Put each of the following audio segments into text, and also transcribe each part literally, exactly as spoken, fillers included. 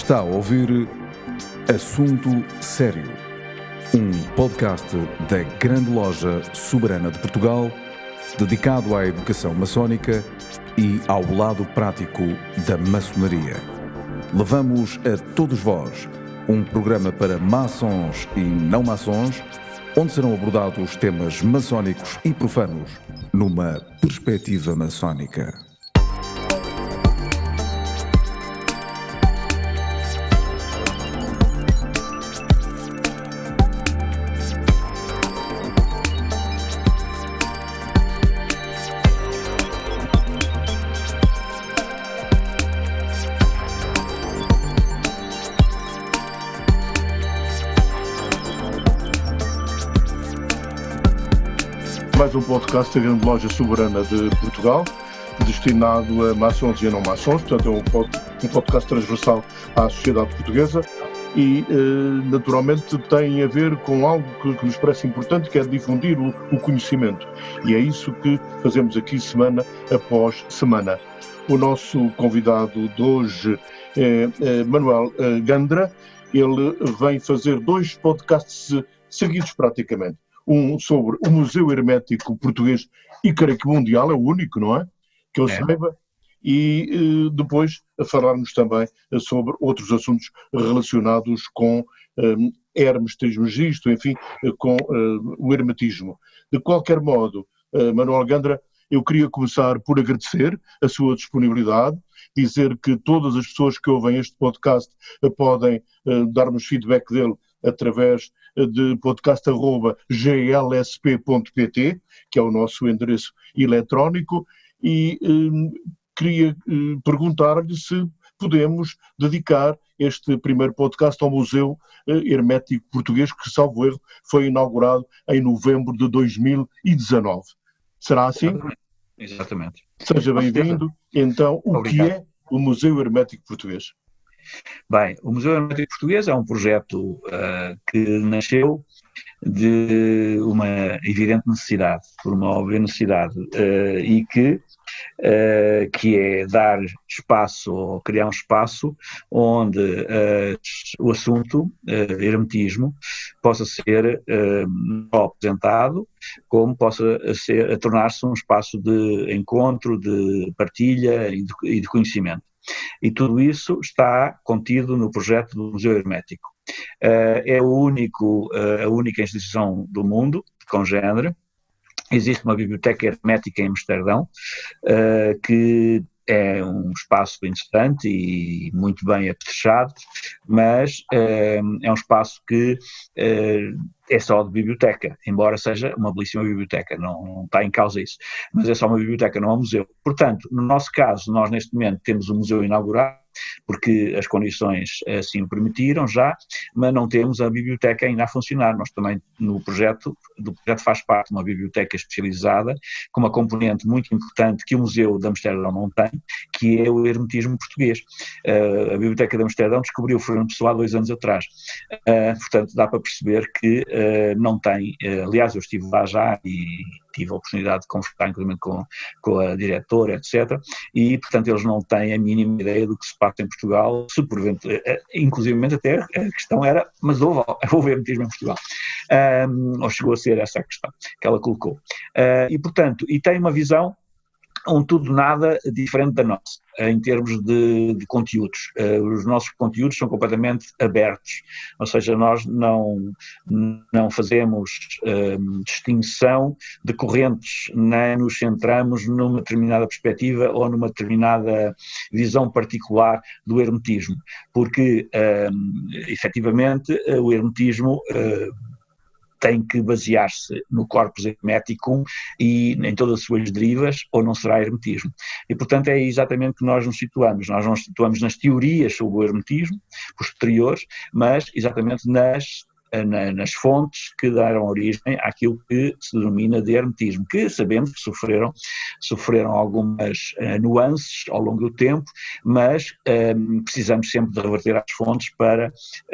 Está a ouvir Assunto Sério, um podcast da Grande Loja Soberana de Portugal, dedicado à educação maçónica e ao lado prático da maçonaria. Levamos a todos vós um programa para maçons e não maçons, onde serão abordados temas maçónicos e profanos numa perspectiva maçónica. Mais um podcast da Grande Loja Soberana de Portugal, destinado a maçons e a não maçons, portanto é um, pod, um podcast transversal à sociedade portuguesa e, eh, naturalmente, tem a ver com algo que, que nos parece importante, que é difundir o, o conhecimento. E é isso que fazemos aqui semana após semana. O nosso convidado de hoje é, é Manuel eh, Gandra. Ele vem fazer dois podcasts seguidos praticamente. Um sobre o Museu Hermético Português e creio que mundial, é o único, não é? Que eu é. saiba. E uh, depois a falarmos também uh, sobre outros assuntos relacionados com um, Hermes Trismegisto, enfim, uh, com uh, o hermetismo. De qualquer modo, uh, Manuel Gandra, eu queria começar por agradecer a sua disponibilidade, dizer que todas as pessoas que ouvem este podcast uh, podem uh, dar-nos feedback dele através de podcast arroba g l s p ponto p t, que é o nosso endereço eletrónico, e hum, queria hum, perguntar-lhe se podemos dedicar este primeiro podcast ao Museu Hermético Português, que, salvo erro, foi inaugurado em novembro de dois mil e dezanove. Será assim? Exatamente. Exatamente. Seja bem-vindo. Então, o Obrigado. que é o Museu Hermético Português? Bem, o Museu Hermético Português é um projeto uh, que nasceu de uma evidente necessidade, por uma óbvia necessidade, uh, e que, uh, que é dar espaço, ou criar um espaço onde uh, o assunto, uh, hermetismo, possa ser uh, não só apresentado, como possa ser, a tornar-se um espaço de encontro, de partilha e de, e de conhecimento. E tudo isso está contido no projeto do Museu Hermético. Uh, é o único, uh, a única instituição do mundo com género. Existe uma biblioteca hermética em Amsterdão, uh, que é um espaço interessante e muito bem apetrechado, mas uh, é um espaço que uh, é só de biblioteca, embora seja uma belíssima biblioteca, não, não está em causa isso, mas é só uma biblioteca, não é um museu. Portanto, no nosso caso, nós neste momento temos um museu inaugurado, porque as condições assim o permitiram já, mas não temos a biblioteca ainda a funcionar. Nós também, no projeto, do projeto faz parte de uma biblioteca especializada, com uma componente muito importante que o Museu de Amsterdão não tem, que é o hermetismo português. Uh, a Biblioteca de Amsterdão descobriu o Fernando Pessoa há dois anos atrás. Uh, portanto, dá para perceber que uh, não tem, uh, aliás, eu estive lá já e tive a oportunidade de conversar, inclusive, com, com a diretora, etcétera, e, portanto, eles não têm a mínima ideia do que se passa em Portugal, se porventura, inclusive até a questão era, mas houve, houve hermetismo em Portugal, um, ou chegou a ser essa a questão que ela colocou. Uh, e, portanto, e tem uma visão um tudo nada diferente da nossa, em termos de, de conteúdos. Uh, os nossos conteúdos são completamente abertos, ou seja, nós não, não fazemos uh, distinção de correntes, nem nos centramos numa determinada perspectiva ou numa determinada visão particular do hermetismo, porque, uh, efetivamente, uh, o hermetismo uh, tem que basear-se no corpus hermético e em todas as suas derivas, ou não será hermetismo. E, portanto, é exatamente que nós nos situamos. Nós não nos situamos nas teorias sobre o hermetismo posteriores, mas exatamente nas Na, nas fontes que deram origem àquilo que se denomina de hermetismo, que sabemos que sofreram, sofreram algumas uh, nuances ao longo do tempo, mas um, precisamos sempre de reverter às fontes para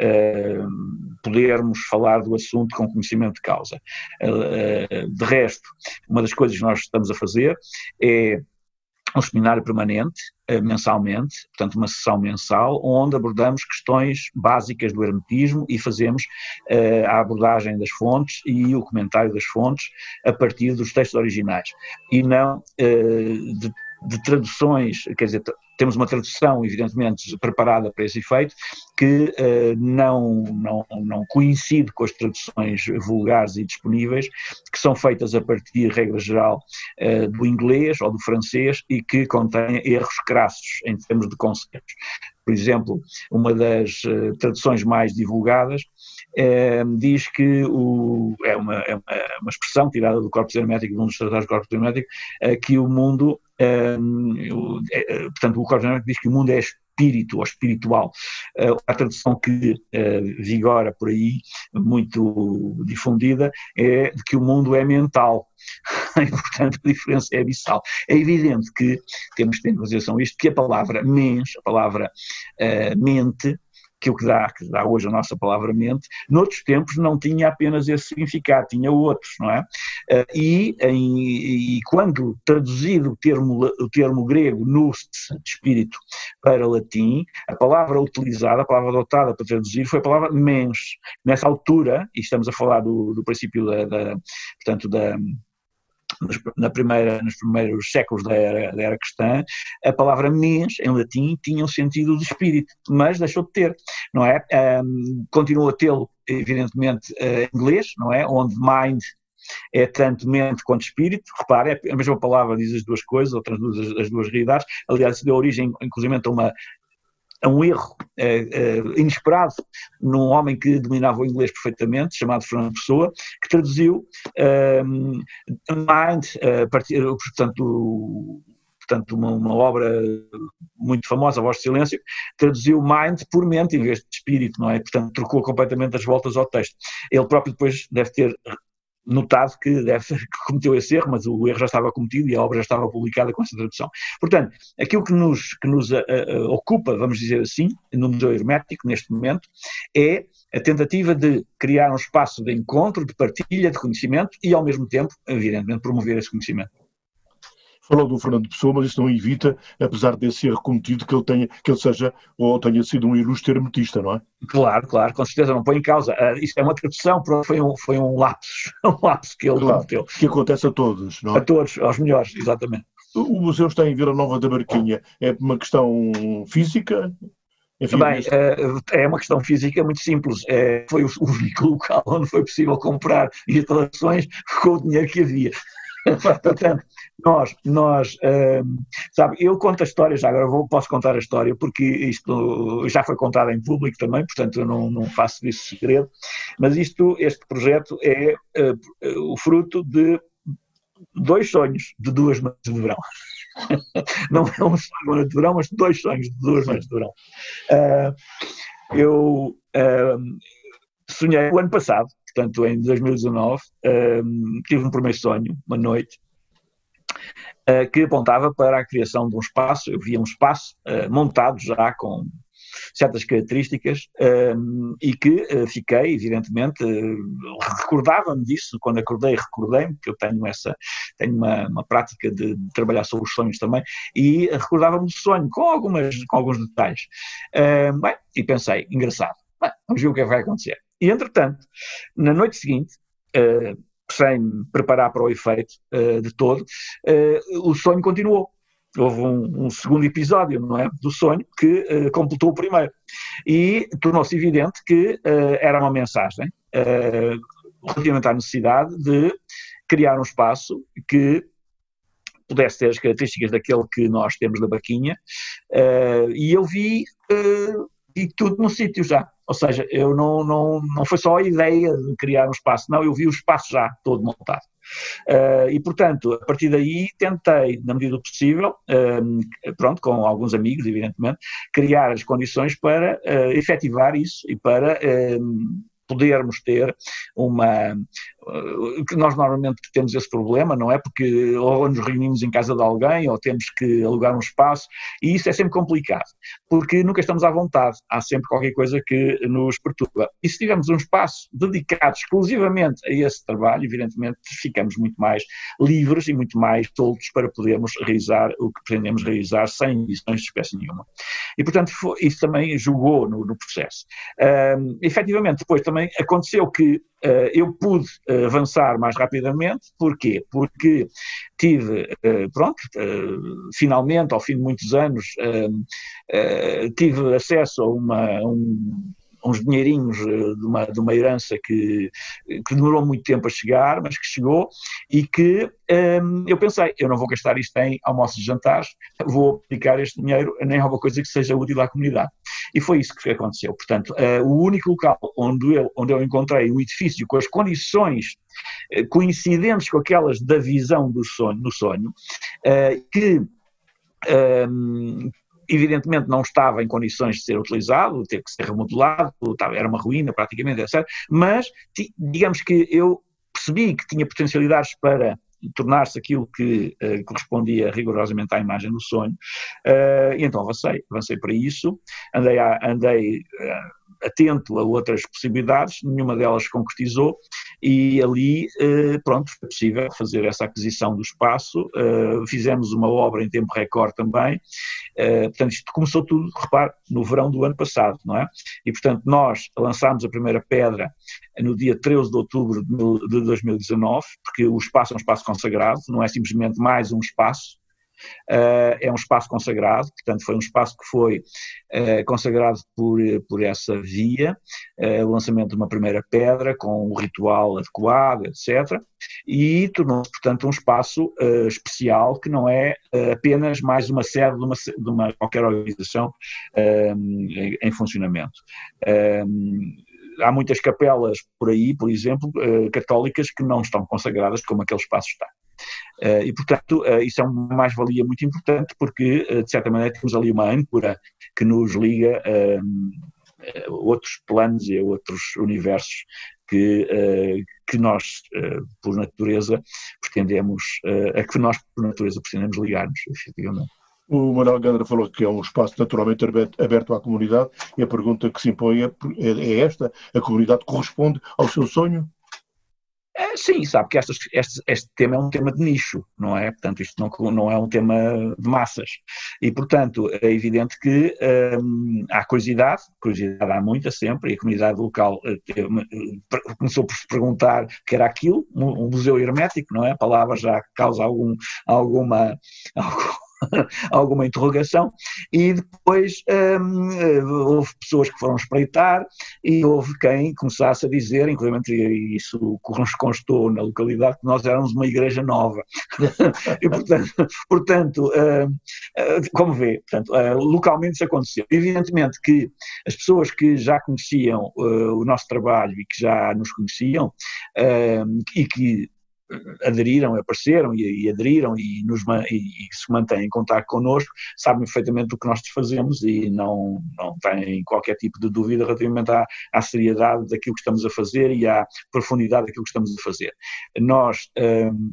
uh, podermos falar do assunto com conhecimento de causa. Uh, uh, de resto, uma das coisas que nós estamos a fazer é um seminário permanente, uh, mensalmente, portanto uma sessão mensal, onde abordamos questões básicas do hermetismo e fazemos uh, a abordagem das fontes e o comentário das fontes a partir dos textos originais, e não uh, de, de traduções, quer dizer, temos uma tradução, evidentemente, preparada para esse efeito, que uh, não, não, não coincide com as traduções vulgares e disponíveis, que são feitas a partir, regra geral, uh, do inglês ou do francês e que contêm erros crassos em termos de conceitos. Por exemplo, uma das uh, traduções mais divulgadas uh, diz que o, é, uma, é uma expressão tirada do Corpus Hermético, de um dos tratados do Corpus Hermético, uh, que o mundo, uh, é, portanto, o Corpus Hermético diz que o mundo é espírito ou espiritual. Uh, a tradução que uh, vigora por aí, muito difundida, é de que o mundo é mental. E, portanto, a diferença é abissal. É evidente que temos que ter em consideração isto, que a palavra mens, a palavra uh, mente, que é o que dá, que dá hoje a nossa palavra mente, noutros tempos não tinha apenas esse significado, tinha outros, não é? Uh, e, em, e quando traduzido o termo, o termo grego nous, espírito, para latim, a palavra utilizada, a palavra adotada para traduzir foi a palavra mens. Nessa altura, e estamos a falar do, do princípio da, da, portanto, da Na primeira, nos primeiros séculos da era, da era cristã, a palavra mens, em latim, tinha o sentido de espírito, mas deixou de ter, não é? Um, continua a tê-lo, evidentemente, uh, em inglês, não é? Onde mind é tanto mente quanto espírito. Repare, é a mesma palavra, diz as duas coisas, ou traduz as, as duas realidades. Aliás, isso deu origem, inclusive, a uma a um erro uh, uh, inesperado num homem que dominava o inglês perfeitamente, chamado Fernando Pessoa, que traduziu um, Mind, uh, partir, portanto, portanto uma, uma obra muito famosa, A Voz de Silêncio, traduziu Mind por mente em vez de espírito, não é? Portanto, trocou completamente as voltas ao texto. Ele próprio depois deve ter notado que, deve, que cometeu esse erro, mas o erro já estava cometido e a obra já estava publicada com essa tradução. Portanto, aquilo que nos, que nos uh, uh, ocupa, vamos dizer assim, no Museu Hermético, neste momento, é a tentativa de criar um espaço de encontro, de partilha, de conhecimento e, ao mesmo tempo, evidentemente, promover esse conhecimento. Falou do Fernando Pessoa, mas isso não evita, apesar desse erro cometido, que ele tenha, que ele seja ou tenha sido um ilustre hermetista, não é? Claro, claro, com certeza, não põe em causa. Uh, isto é uma tradução, foi um, foi um lapsus, um lapsus que ele claro, cometeu. Que acontece a todos, não é? A todos, aos melhores, exatamente. O museu está em Vila Nova da Barquinha. É uma questão física? Enfim, Bem, uh, é uma questão física muito simples. É, foi o, o único local onde foi possível comprar instalações com o dinheiro que havia. Portanto, nós, nós um, sabe, eu conto a história, já agora vou, posso contar a história, porque isto já foi contado em público também, portanto eu não, não faço isso segredo, mas isto, este projeto é uh, o fruto de dois sonhos de duas noites de verão. Não é um sonho de verão, mas dois sonhos de duas noites de verão. Uh, eu uh, sonhei o ano passado, portanto em dois mil e dezanove, um, tive um primeiro sonho, uma noite, uh, que apontava para a criação de um espaço. Eu via um espaço uh, montado já com certas características um, e que uh, fiquei, evidentemente, uh, recordava-me disso, quando acordei recordei-me, que eu tenho essa, tenho uma, uma prática de, de trabalhar sobre os sonhos também, e uh, recordava-me do sonho, com, algumas, com alguns detalhes. Uh, bem, e pensei, engraçado, bem, vamos ver o que é que vai acontecer. E, entretanto, na noite seguinte, uh, sem me preparar para o efeito uh, de todo, uh, o sonho continuou. Houve um, um segundo episódio, não é, do sonho que uh, completou o primeiro. E tornou-se evidente que uh, era uma mensagem uh, relativamente à necessidade de criar um espaço que pudesse ter as características daquele que nós temos da Barquinha, uh, e eu vi, uh, vi tudo no sítio já. Ou seja, eu não, não, não foi só a ideia de criar um espaço, não, eu vi o espaço já todo montado. Uh, e, portanto, a partir daí tentei, na medida do possível, uh, pronto, com alguns amigos, evidentemente, criar as condições para uh, efetivar isso e para uh, podermos ter uma, que nós normalmente temos esse problema, não é? Porque ou nos reunimos em casa de alguém, ou temos que alugar um espaço, e isso é sempre complicado, porque nunca estamos à vontade, há sempre qualquer coisa que nos perturba. E se tivermos um espaço dedicado exclusivamente a esse trabalho, evidentemente ficamos muito mais livres e muito mais soltos para podermos realizar o que pretendemos realizar sem inibições de espécie nenhuma. E, portanto, foi, isso também jogou no, no processo. Um, efetivamente, depois também aconteceu que Uh, eu pude uh, avançar mais rapidamente. Porquê? Porque tive, uh, pronto, uh, finalmente, ao fim de muitos anos, uh, uh, tive acesso a uma, um, uns dinheirinhos uh, de, uma, de uma herança que, que demorou muito tempo a chegar, mas que chegou, e que um, eu pensei, eu não vou gastar isto em almoços e jantares, vou aplicar este dinheiro em alguma coisa que seja útil à comunidade. E foi isso que aconteceu. Portanto, uh, o único local onde eu, onde eu encontrei o edifício com as condições uh, coincidentes com aquelas da visão do sonho, do sonho uh, que um, evidentemente não estava em condições de ser utilizado, teve que ser remodelado, era uma ruína praticamente, etcétera. Mas digamos que eu percebi que tinha potencialidades para tornar-se aquilo que uh, correspondia rigorosamente à imagem do sonho, uh, e então avancei, avancei para isso, andei, a, andei uh, atento a outras possibilidades, nenhuma delas se concretizou, e ali, uh, pronto, foi possível fazer essa aquisição do espaço, uh, fizemos uma obra em tempo recorde também, uh, portanto isto começou tudo, repare, no verão do ano passado, não é? E portanto nós lançámos a primeira pedra no dia treze de outubro de dois mil e dezanove, porque o espaço é um espaço consagrado, não é simplesmente mais um espaço, uh, é um espaço consagrado, portanto foi um espaço que foi uh, consagrado por, por essa via, uh, o lançamento de uma primeira pedra com um ritual adequado, etcétera, e tornou-se, portanto, um espaço uh, especial que não é uh, apenas mais uma sede de uma, de uma qualquer organização uh, em, em funcionamento. Uh, Há muitas capelas por aí, por exemplo, uh, católicas que não estão consagradas como aquele espaço está. Uh, e, portanto, uh, isso é uma mais-valia muito importante porque, uh, de certa maneira, temos ali uma âncora que nos liga uh, a outros planos e a outros universos que, uh, que nós, uh, por natureza, pretendemos, uh, a que nós, por natureza, pretendemos ligar-nos, efetivamente. O Manuel Gandra falou que é um espaço naturalmente aberto à comunidade, e a pergunta que se impõe é, é esta: a comunidade corresponde ao seu sonho? É, sim, sabe que estas, este, este tema é um tema de nicho, não é? Portanto, isto não, não é um tema de massas. E, portanto, é evidente que hum, há curiosidade, curiosidade há muita sempre, e a comunidade local uh, começou por se perguntar o que era aquilo, um, um museu hermético, não é? A palavra já causa algum, alguma... algum alguma interrogação, e depois hum, houve pessoas que foram espreitar e houve quem começasse a dizer, inclusive isso nos constou na localidade, que nós éramos uma igreja nova. E portanto, portanto hum, como vê, portanto, localmente isso aconteceu. Evidentemente que as pessoas que já conheciam uh, o nosso trabalho e que já nos conheciam uh, e que aderiram, apareceram e, e aderiram e, nos, e, e se mantêm em contato connosco, sabem perfeitamente o que nós fazemos e não, não têm qualquer tipo de dúvida relativamente à, à seriedade daquilo que estamos a fazer e à profundidade daquilo que estamos a fazer. Nós, um,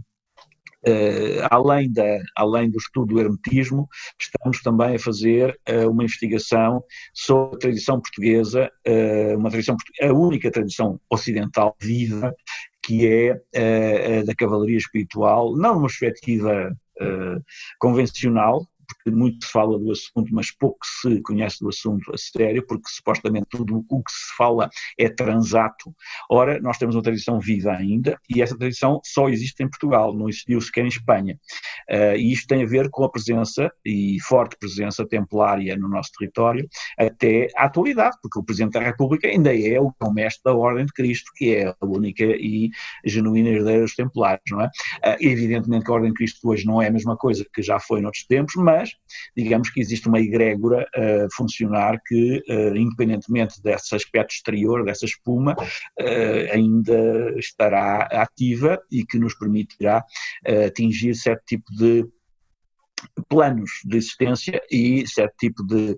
Uh, além, da, além do estudo do hermetismo, estamos também a fazer uh, uma investigação sobre a tradição portuguesa, uh, uma tradição, a única tradição ocidental viva, que é uh, da cavalaria espiritual, não numa perspectiva uh, convencional, porque muito se fala do assunto, mas pouco se conhece do assunto a sério, porque supostamente tudo o que se fala é transato. Ora, nós temos uma tradição viva ainda, e essa tradição só existe em Portugal, não existiu sequer em Espanha. Uh, e isto tem a ver com a presença, e forte presença templária no nosso território, até à atualidade, porque o Presidente da República ainda é o mestre da Ordem de Cristo, que é a única e genuína herdeira dos templários, não é? Uh, evidentemente que a Ordem de Cristo hoje não é a mesma coisa que já foi noutros tempos, mas mas digamos que existe uma egrégora a uh, funcionar que, uh, independentemente desse aspecto exterior, dessa espuma, uh, ainda estará ativa e que nos permitirá uh, atingir certo tipo de planos de existência e certo tipo de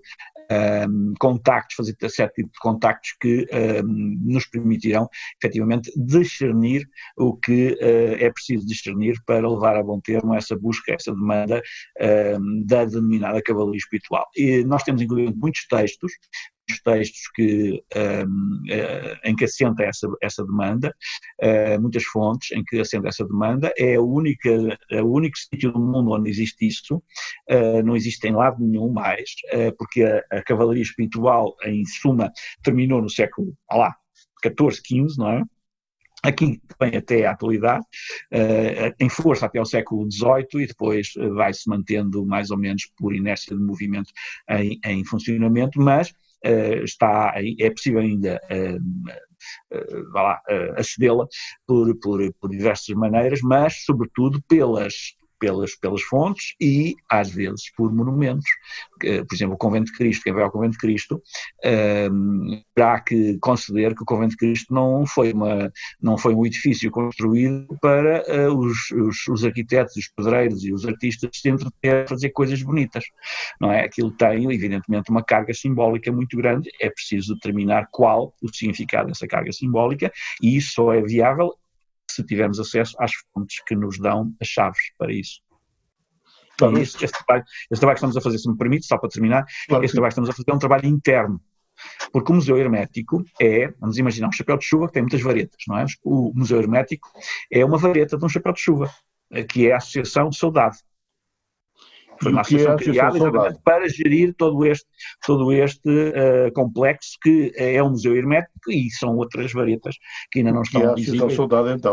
um, contactos, fazer certo tipo de contactos que um, nos permitirão, efetivamente, discernir o que uh, é preciso discernir para levar a bom termo essa busca, essa demanda um, da denominada cavalaria espiritual. E nós temos, inclusive, muitos textos, textos que, um, uh, em que assenta essa, essa demanda, uh, muitas fontes em que assenta essa demanda, é a única, a único sítio do mundo onde existe isso, uh, não existe em lado nenhum mais, uh, porque a, a cavalaria espiritual, em suma, terminou no século, lá, catorze, quinze, não é? Aqui vem até à atualidade, uh, em força até ao século dezoito e depois uh, vai-se mantendo mais ou menos por inércia de movimento em, em funcionamento, mas Uh, está, é possível ainda uh, uh, vá lá, uh, acedê-la por, por, por diversas maneiras, mas sobretudo pelas, pelas, pelas fontes e às vezes por monumentos. Uh, por exemplo, o Convento de Cristo, quem vai ao Convento de Cristo uh, terá que conceder que o Convento de Cristo não foi, uma, não foi um edifício construído para uh, os, os, os arquitetos, os pedreiros e os artistas se entreterem a fazer coisas bonitas, não é? Aquilo tem, evidentemente, uma carga simbólica muito grande, é preciso determinar qual o significado dessa carga simbólica, e isso só é viável se tivermos acesso às fontes que nos dão as chaves para isso. Claro. Este, este, trabalho, este trabalho que estamos a fazer, se me permite, só para terminar, claro, este sim. trabalho que estamos a fazer é um trabalho interno, porque o Museu Hermético é, vamos imaginar, um chapéu de chuva que tem muitas varetas, não é? O Museu Hermético é uma vareta de um chapéu de chuva, que é a Associação Saudade. Foi uma associação criada exatamente para gerir todo este, todo este uh, complexo que é o Museu Hermético e são outras varetas que ainda não estão visíveis. O que é a Associação Saudade, então?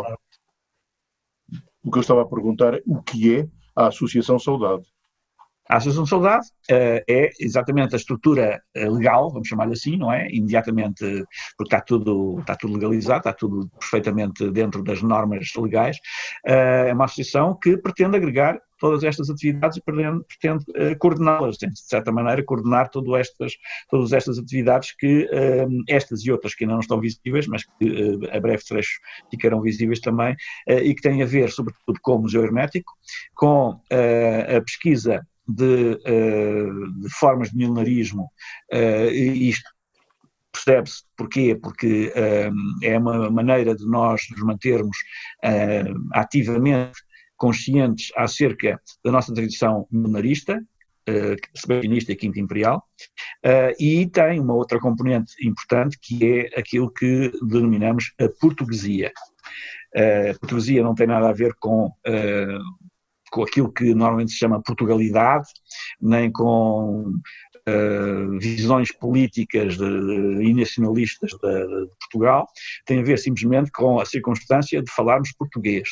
O que eu estava a perguntar é o que é a Associação Saudade? A Associação Saudade uh, é exatamente a estrutura uh, legal, vamos chamar assim, não é? Imediatamente, uh, porque está tudo, está tudo legalizado, está tudo perfeitamente dentro das normas legais. Uh, é uma associação que pretende agregar todas estas atividades e pretende, pretende uh, coordená-las, de certa maneira, coordenar todo estas, todas estas atividades que, uh, estas e outras que ainda não estão visíveis, mas que uh, a breve trecho ficarão visíveis também, uh, e que têm a ver, sobretudo, com o Museu Hermético, com uh, a pesquisa De, uh, de formas de milenarismo, uh, e isto percebe-se porquê, porque uh, é uma maneira de nós nos mantermos uh, ativamente conscientes acerca da nossa tradição milenarista, uh, sebastianista e quinta imperial, uh, e tem uma outra componente importante que é aquilo que denominamos a portuguesia. Uh, a portuguesia não tem nada a ver com uh, com aquilo que normalmente se chama Portugalidade, nem com uh, visões políticas de, de, e nacionalistas de, de Portugal, tem a ver simplesmente com a circunstância de falarmos português.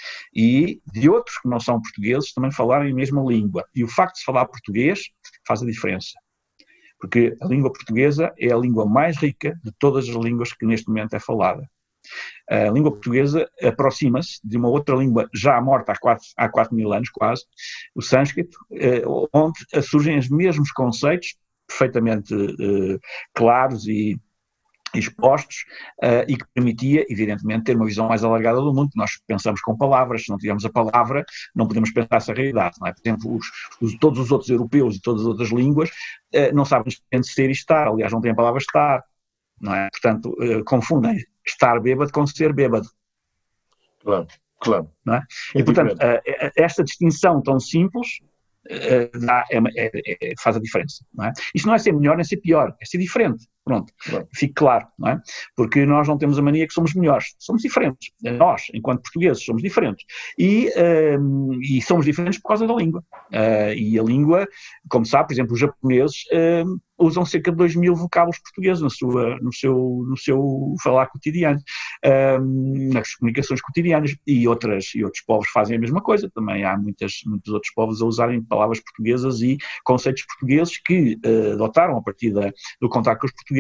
E de outros que não são portugueses também falarem a mesma língua. E o facto de se falar português faz a diferença. Porque a língua portuguesa é a língua mais rica de todas as línguas que neste momento é falada. A língua portuguesa aproxima-se de uma outra língua já morta há quatro, há quatro mil anos quase, o sânscrito, onde surgem os mesmos conceitos perfeitamente uh, claros e expostos, uh, e que permitia, evidentemente, ter uma visão mais alargada do mundo. Nós pensamos com palavras, se não tivermos a palavra, não podemos pensar essa realidade, não é? Por exemplo, os, os, todos os outros europeus e todas as outras línguas uh, não sabem de ser e estar, aliás, não têm a palavra estar, não é? Portanto, uh, confundem estar bêbado com ser bêbado. Claro, claro. Não é? É e, portanto, uh, esta distinção tão simples uh, dá, é, é, é, faz a diferença. Não é? Isto não é ser melhor nem ser pior, é ser diferente. Pronto, claro. Fique claro, não é? Porque nós não temos a mania que somos melhores, somos diferentes. Nós, enquanto portugueses, somos diferentes. E, uh, e somos diferentes por causa da língua. Uh, e a língua, como sabe, por exemplo, os japoneses uh, usam cerca de dois mil vocábulos portugueses na sua, no, seu, no seu falar cotidiano, uh, nas comunicações cotidianas. E, outras, e outros povos fazem a mesma coisa. Também há muitas, muitos outros povos a usarem palavras portuguesas e conceitos portugueses que uh, adotaram a partir da, do contacto com os portugueses.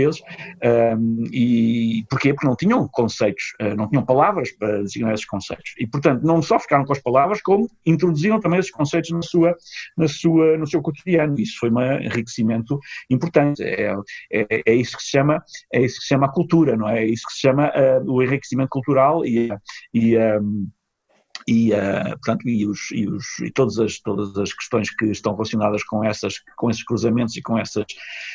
Um, e porquê? Porque não tinham conceitos, uh, não tinham palavras para designar esses conceitos. E, portanto, não só ficaram com as palavras, como introduziram também esses conceitos na sua, na sua, no seu cotidiano. Isso foi um enriquecimento importante. É, é, é isso que se chama, é isso que se chama a cultura, não é? É isso que se chama uh, o enriquecimento cultural e, e um, E, uh, portanto, e, os, e, os, e todas, as, todas as questões que estão relacionadas com, essas, com esses cruzamentos e com esses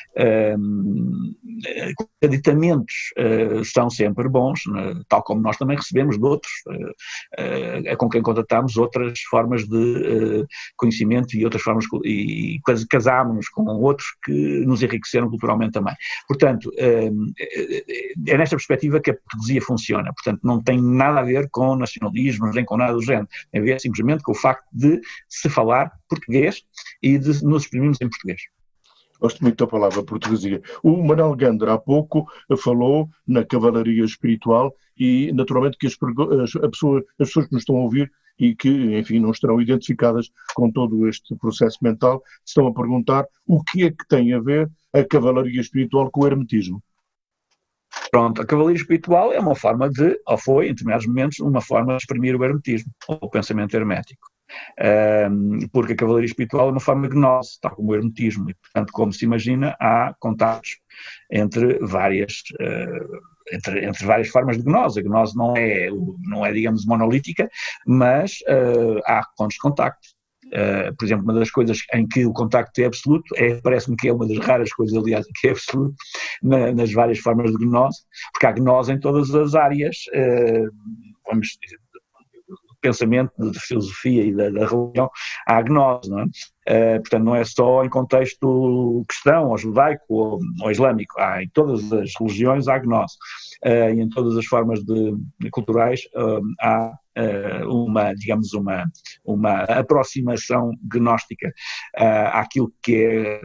um, aditamentos uh, são sempre bons, né? Tal como nós também recebemos de outros, uh, uh, com quem contatamos outras formas de uh, conhecimento e outras formas, e casámos com outros que nos enriqueceram culturalmente também. Portanto, um, é nesta perspectiva que a portuguesia funciona, portanto não tem nada a ver com nacionalismos, nem com nada do género, tem a ver simplesmente com o facto de se falar português e de nos exprimirmos em português. Gosto muito da palavra portuguesia. O Manuel Gander há pouco falou na cavalaria espiritual e naturalmente que as, as, a pessoa, as pessoas que nos estão a ouvir e que, enfim, não estarão identificadas com todo este processo mental, estão a perguntar o que é que tem a ver a cavalaria espiritual com o hermetismo. Pronto, a cavalaria espiritual é uma forma de, ou foi, em determinados momentos, uma forma de exprimir o hermetismo, ou o pensamento hermético. Um, porque a cavalaria espiritual é uma forma de gnose, tal como o hermetismo, e portanto, como se imagina, há contatos entre várias, uh, entre, entre várias formas de gnose. A gnose não é, não é digamos, monolítica, mas uh, há pontos de contacto. Uh, por exemplo, uma das coisas em que o contacto é absoluto, é, parece-me que é uma das raras coisas, aliás, que é absoluto na, nas várias formas de gnose, porque há gnose em todas as áreas, uh, vamos dizer, pensamento, de filosofia e da, da religião, há gnose, não é? Uh, portanto, não é só em contexto cristão, ou judaico, ou, ou islâmico, há em todas as religiões há gnose, uh, e em todas as formas de, de culturais uh, há uh, uma, digamos, uma, uma aproximação gnóstica uh, àquilo que é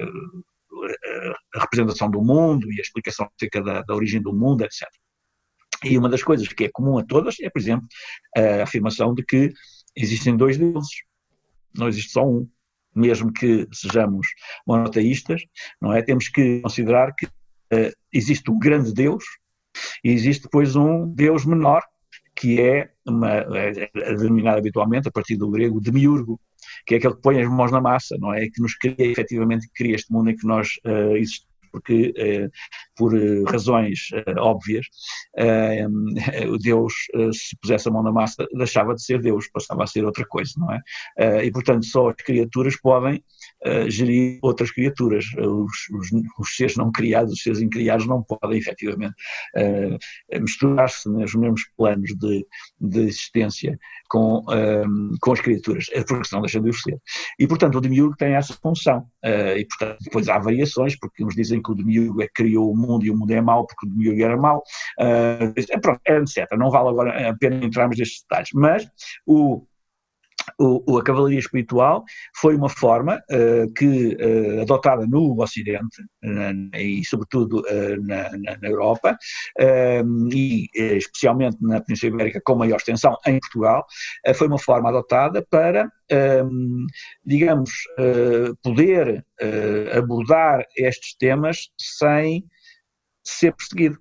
a representação do mundo e a explicação acerca da, da origem do mundo, etcétera. E uma das coisas que é comum a todas é, por exemplo, a afirmação de que existem dois deuses, não existe só um. Mesmo que sejamos monoteístas, não é? Temos que considerar que uh, existe um grande Deus e existe depois um Deus menor, que é, uma, é, é denominado habitualmente, a partir do grego, demiurgo, que é aquele que põe as mãos na massa, não é? Que nos cria, efetivamente, cria este mundo em que nós uh, existimos. Porque, eh, por eh, razões eh, óbvias, eh, o Deus, eh, se pusesse a mão na massa, deixava de ser Deus, passava a ser outra coisa, não é? Eh, e, portanto, só as criaturas podem eh, gerir outras criaturas. Os, os, os seres não criados, os seres incriados não podem, efetivamente, eh, misturar-se nos mesmos planos de, de existência com, eh, com as criaturas, porque senão deixam de o ser. E, portanto, o demiurgo tem essa função. Eh, e, portanto, depois há variações, porque uns dizem que o demiurgo é que criou o mundo e o mundo é mau porque o demiurgo era mau, uh, pronto, etcétera. Não vale agora a pena entrarmos nestes detalhes, mas o, o, a cavalaria espiritual foi uma forma uh, que, uh, adotada no Ocidente, uh, e sobretudo uh, na, na, na Europa, uh, e uh, especialmente na Península Ibérica com maior extensão em Portugal, uh, foi uma forma adotada para, um, digamos, uh, poder uh, abordar estes temas sem ser perseguido.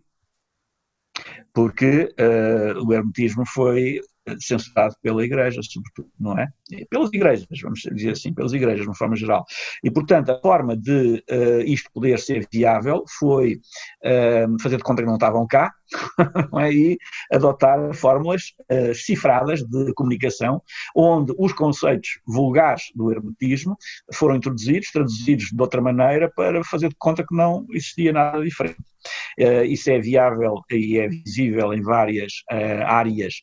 Porque uh, o hermetismo foi censurado pela Igreja, sobretudo, não é? Pelas igrejas, vamos dizer assim, pelas igrejas, de uma forma geral. E, portanto, a forma de uh, isto poder ser viável foi uh, fazer de conta que não estavam cá, não é? E adotar fórmulas uh, cifradas de comunicação, onde os conceitos vulgares do hermetismo foram introduzidos, traduzidos de outra maneira, para fazer de conta que não existia nada diferente. Uh, isso é viável e é visível em várias uh, áreas,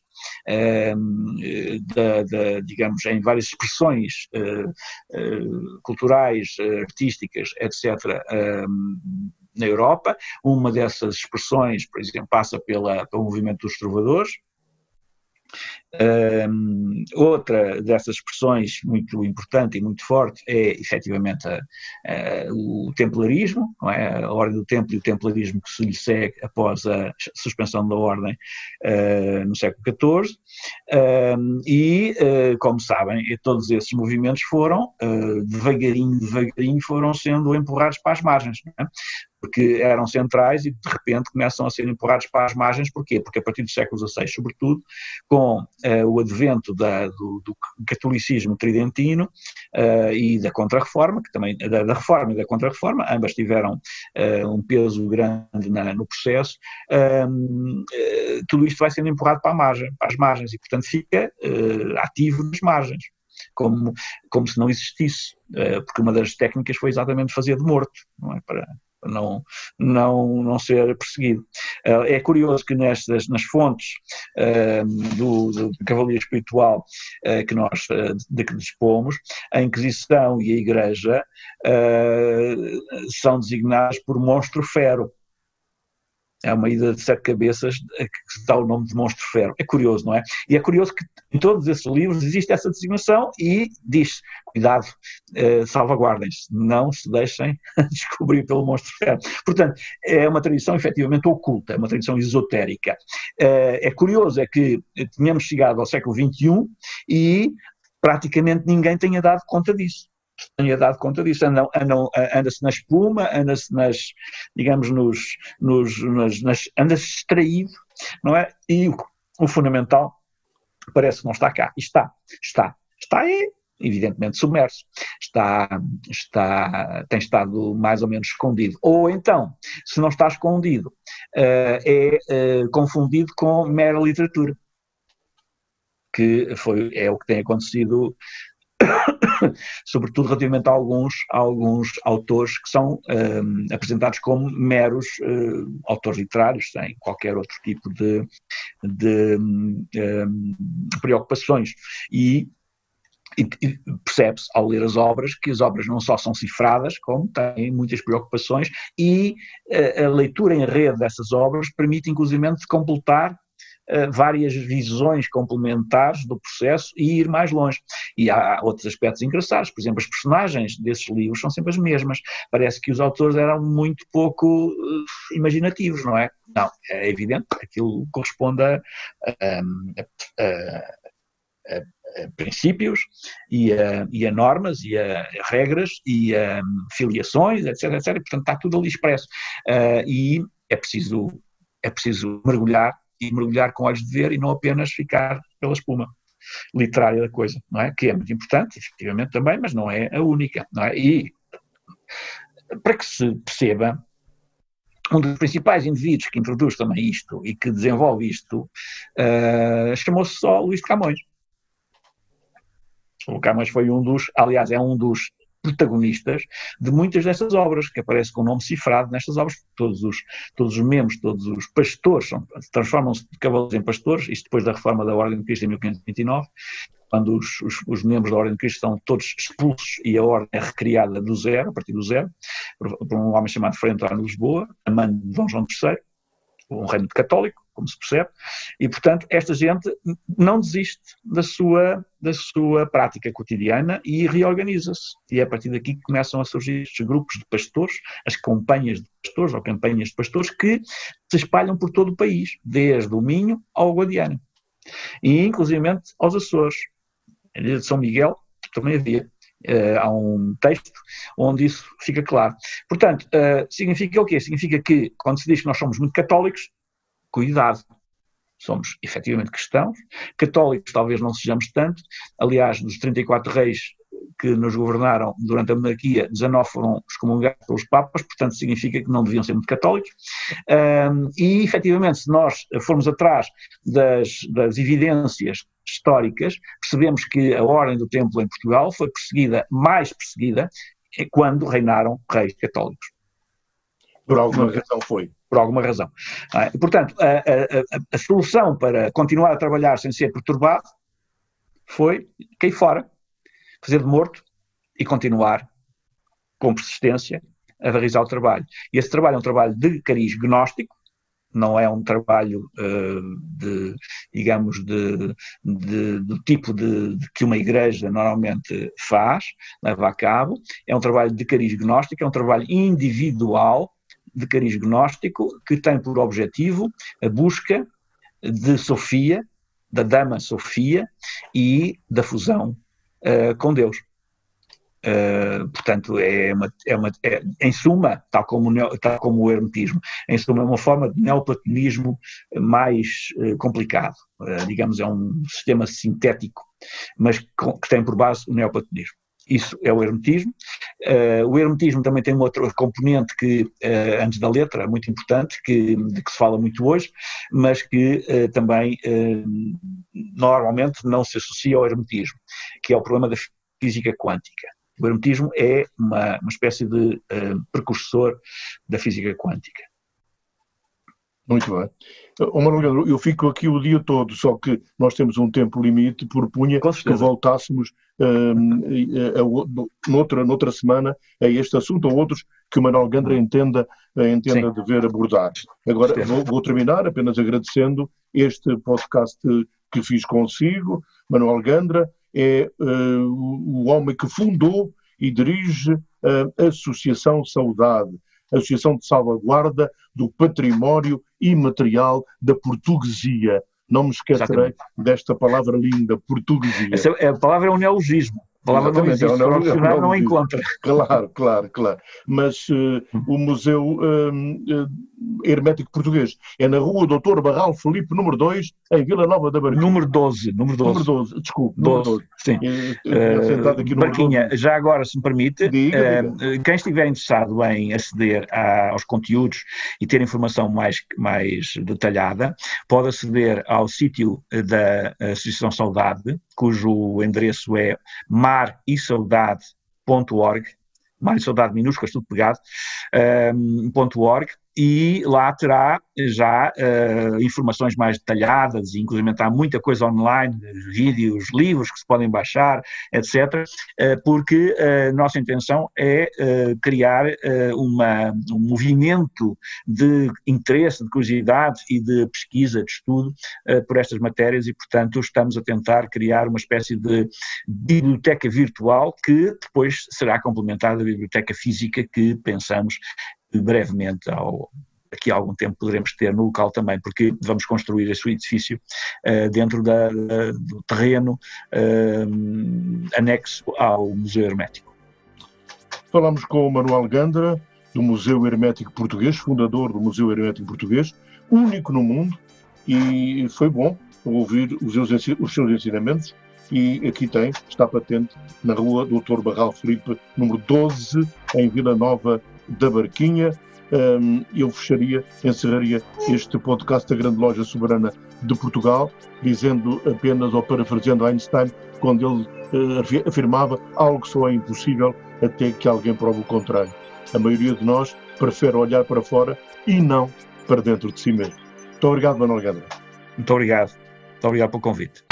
uh, da, da, digamos, em várias expressões uh, uh, culturais, uh, artísticas, etcétera, uh, na Europa. Uma dessas expressões, por exemplo, passa pela, pelo movimento dos trovadores. Um, outra dessas expressões muito importante e muito forte é efetivamente a, a, o templarismo, não é? A Ordem do Templo e o templarismo que se lhe segue após a suspensão da Ordem uh, no século catorze, um, e uh, como sabem, todos esses movimentos foram uh, devagarinho, devagarinho foram sendo empurrados para as margens, não é? porque eram centrais e de repente começam a ser empurrados para as margens. Porquê? Porque a partir do século dezasseis, sobretudo, com uh, o advento da, do, do catolicismo tridentino uh, e da Contra-Reforma, que também, da, da Reforma e da Contra-Reforma, ambas tiveram uh, um peso grande na, no processo, um, uh, tudo isto vai sendo empurrado para, a margem, para as margens e, portanto, fica uh, ativo nas margens. Como, como se não existisse, uh, porque uma das técnicas foi exatamente fazer de morto, não é? Para, para não, não, não ser perseguido. Uh, é curioso que nestas, nas fontes uh, do, do Cavalaria Espiritual uh, que nós uh, de que dispomos, a Inquisição e a Igreja uh, são designadas por monstro fero. É uma ida de sete cabeças que se dá o nome de monstro fero. É curioso, não é? E é curioso que em todos esses livros existe essa designação e diz, cuidado, eh, salvaguardem-se, não se deixem descobrir pelo monstro fero. Portanto, é uma tradição efetivamente oculta, é uma tradição esotérica. Eh, é curioso é que tínhamos chegado ao século vinte e um e praticamente ninguém tenha dado conta disso. tenha dado conta disso, andam, andam, anda-se na espuma, anda-se nas, digamos, nos, nos, nas, nas, anda-se distraído, não é? E o, o fundamental parece que não está cá. E está, está, está aí, evidentemente submerso, está, está, tem estado mais ou menos escondido. Ou então, se não está escondido, uh, é uh, confundido com mera literatura, que foi, é o que tem acontecido sobretudo relativamente a alguns, a alguns autores que são um, apresentados como meros uh, autores literários, sem qualquer outro tipo de, de um, preocupações. E, e, e percebe-se ao ler as obras que as obras não só são cifradas, como têm muitas preocupações, e a, a leitura em rede dessas obras permite inclusivamente completar Uh, várias visões complementares do processo e ir mais longe. E há outros aspectos engraçados, por exemplo, as personagens desses livros são sempre as mesmas. Parece que os autores eram muito pouco uh, imaginativos, não é? Não, é evidente que aquilo corresponde a, a, a, a, a princípios e a, e a normas e a, a regras e a filiações, etc, etcétera. Portanto, está tudo ali expresso. Uh, e é preciso, é preciso mergulhar e mergulhar com olhos de ver e não apenas ficar pela espuma literária da coisa, não é? Que é muito importante, efetivamente também, mas não é a única, não é? E para que se perceba, um dos principais indivíduos que introduz também isto e que desenvolve isto uh, chamou-se só Luís de Camões. O Camões foi um dos, aliás, é um dos protagonistas de muitas dessas obras, que aparece com o nome cifrado nestas obras. Todos os, todos os membros, todos os pastores são, transformam-se de cavaleiros em pastores, isto depois da reforma da Ordem de Cristo em mil quinhentos e vinte e nove, quando os, os, os membros da Ordem de Cristo são todos expulsos e a Ordem é recriada do zero, a partir do zero, por, por um homem chamado Frei António de Lisboa, amante de Dom João terceiro, um reino católico, como se percebe, e, portanto, esta gente não desiste da sua, da sua prática cotidiana e reorganiza-se. E é a partir daqui que começam a surgir estes grupos de pastores, as companhias de pastores, ou campanhas de pastores, que se espalham por todo o país, desde o Minho ao Guadiana, e inclusivamente aos Açores. Na ilha de São Miguel também havia. Uh, há um texto onde isso fica claro. Portanto, uh, significa o quê? Significa que, quando se diz que nós somos muito católicos, cuidado, somos efetivamente cristãos, católicos talvez não sejamos tanto, aliás, dos trinta e quatro reis que nos governaram durante a monarquia, dezenove foram excomungados pelos papas, portanto significa que não deviam ser muito católicos, um, e efetivamente se nós formos atrás das, das evidências históricas, percebemos que a Ordem do Templo em Portugal foi perseguida, mais perseguida, quando reinaram reis católicos. Por alguma razão foi. Por alguma razão. Ah, e, portanto, a, a, a, a solução para continuar a trabalhar sem ser perturbado foi cair fora, fazer de morto e continuar com persistência a realizar o trabalho. E esse trabalho é um trabalho de cariz gnóstico, não é um trabalho, uh, de, digamos, de, de, do tipo de, de que uma igreja normalmente faz, leva a cabo, é um trabalho de cariz gnóstico, é um trabalho individual de cariz gnóstico que tem por objetivo a busca de Sofia, da Dama Sofia e da fusão uh, com Deus. Uh, portanto, é uma, é uma, é, em suma, tal como, tal como o hermetismo, em suma é uma forma de neoplatonismo mais uh, complicado. Uh, digamos, é um sistema sintético, mas com, que tem por base o neoplatonismo. Isso é o hermetismo. Uh, o hermetismo também tem uma outra componente que, uh, antes da letra, muito importante, que, de que se fala muito hoje, mas que uh, também uh, normalmente não se associa ao hermetismo, que é o problema da física quântica. O hermetismo é uma, uma espécie de uh, precursor da física quântica. Muito bem. Oh, Manuel, eu fico aqui o dia todo, só que nós temos um tempo limite, propunha que voltássemos um, a, a, a, noutra, noutra semana a este assunto ou outros que o Manuel Gandra entenda, entenda dever abordar. Agora vou, vou terminar apenas agradecendo este podcast que fiz consigo. Manuel Gandra é uh, o homem que fundou e dirige a Associação Saudade, Associação de Salvaguarda do Património Imaterial da Portuguesia. Não me esquecerei Exatamente. desta palavra linda, portuguesia. Essa, a palavra é um neologismo. A palavra não existe, é um, é um não encontra. Claro, claro, claro. Mas uh, o Museu uh, uh, Hermético Português é na rua doutor Barral Filipe, número dois, em Vila Nova da Barquinha. Número doze. Número doze, número doze desculpe. Número doze. Sim. Uh, aqui Barquinha, já agora, se me permite, diga, uh, diga. quem estiver interessado em aceder a, aos conteúdos e ter informação mais, mais detalhada, pode aceder ao sítio da Associação Saudade, cujo endereço é mar e saudade ponto org, mar e saudade minúsculas, tudo pegado, um, ponto .org, e lá terá já uh, informações mais detalhadas, inclusive há muita coisa online, vídeos, livros que se podem baixar, etcétera, uh, porque a uh, nossa intenção é uh, criar uh, uma, um movimento de interesse, de curiosidade e de pesquisa, de estudo uh, por estas matérias e, portanto, estamos a tentar criar uma espécie de biblioteca virtual que depois será complementada à biblioteca física que pensamos brevemente, ao, daqui a algum tempo, poderemos ter no local também, porque vamos construir esse edifício uh, dentro da, da, do terreno uh, anexo ao Museu Hermético. Falamos com o Manuel Gandra, do Museu Hermético Português, fundador do Museu Hermético Português, único no mundo, e foi bom ouvir os seus, os seus ensinamentos, e aqui tem, está patente, na rua doutor Barral Filipe, número doze, em Vila Nova da Barquinha. Um, eu fecharia, encerraria este podcast da Grande Loja Soberana de Portugal, dizendo apenas, ou parafraseando Einstein, quando ele uh, afirmava algo só é impossível até que alguém prove o contrário. A maioria de nós prefere olhar para fora e não para dentro de si mesmo. Muito obrigado, Manuel Gandra. Muito obrigado. Muito obrigado pelo convite.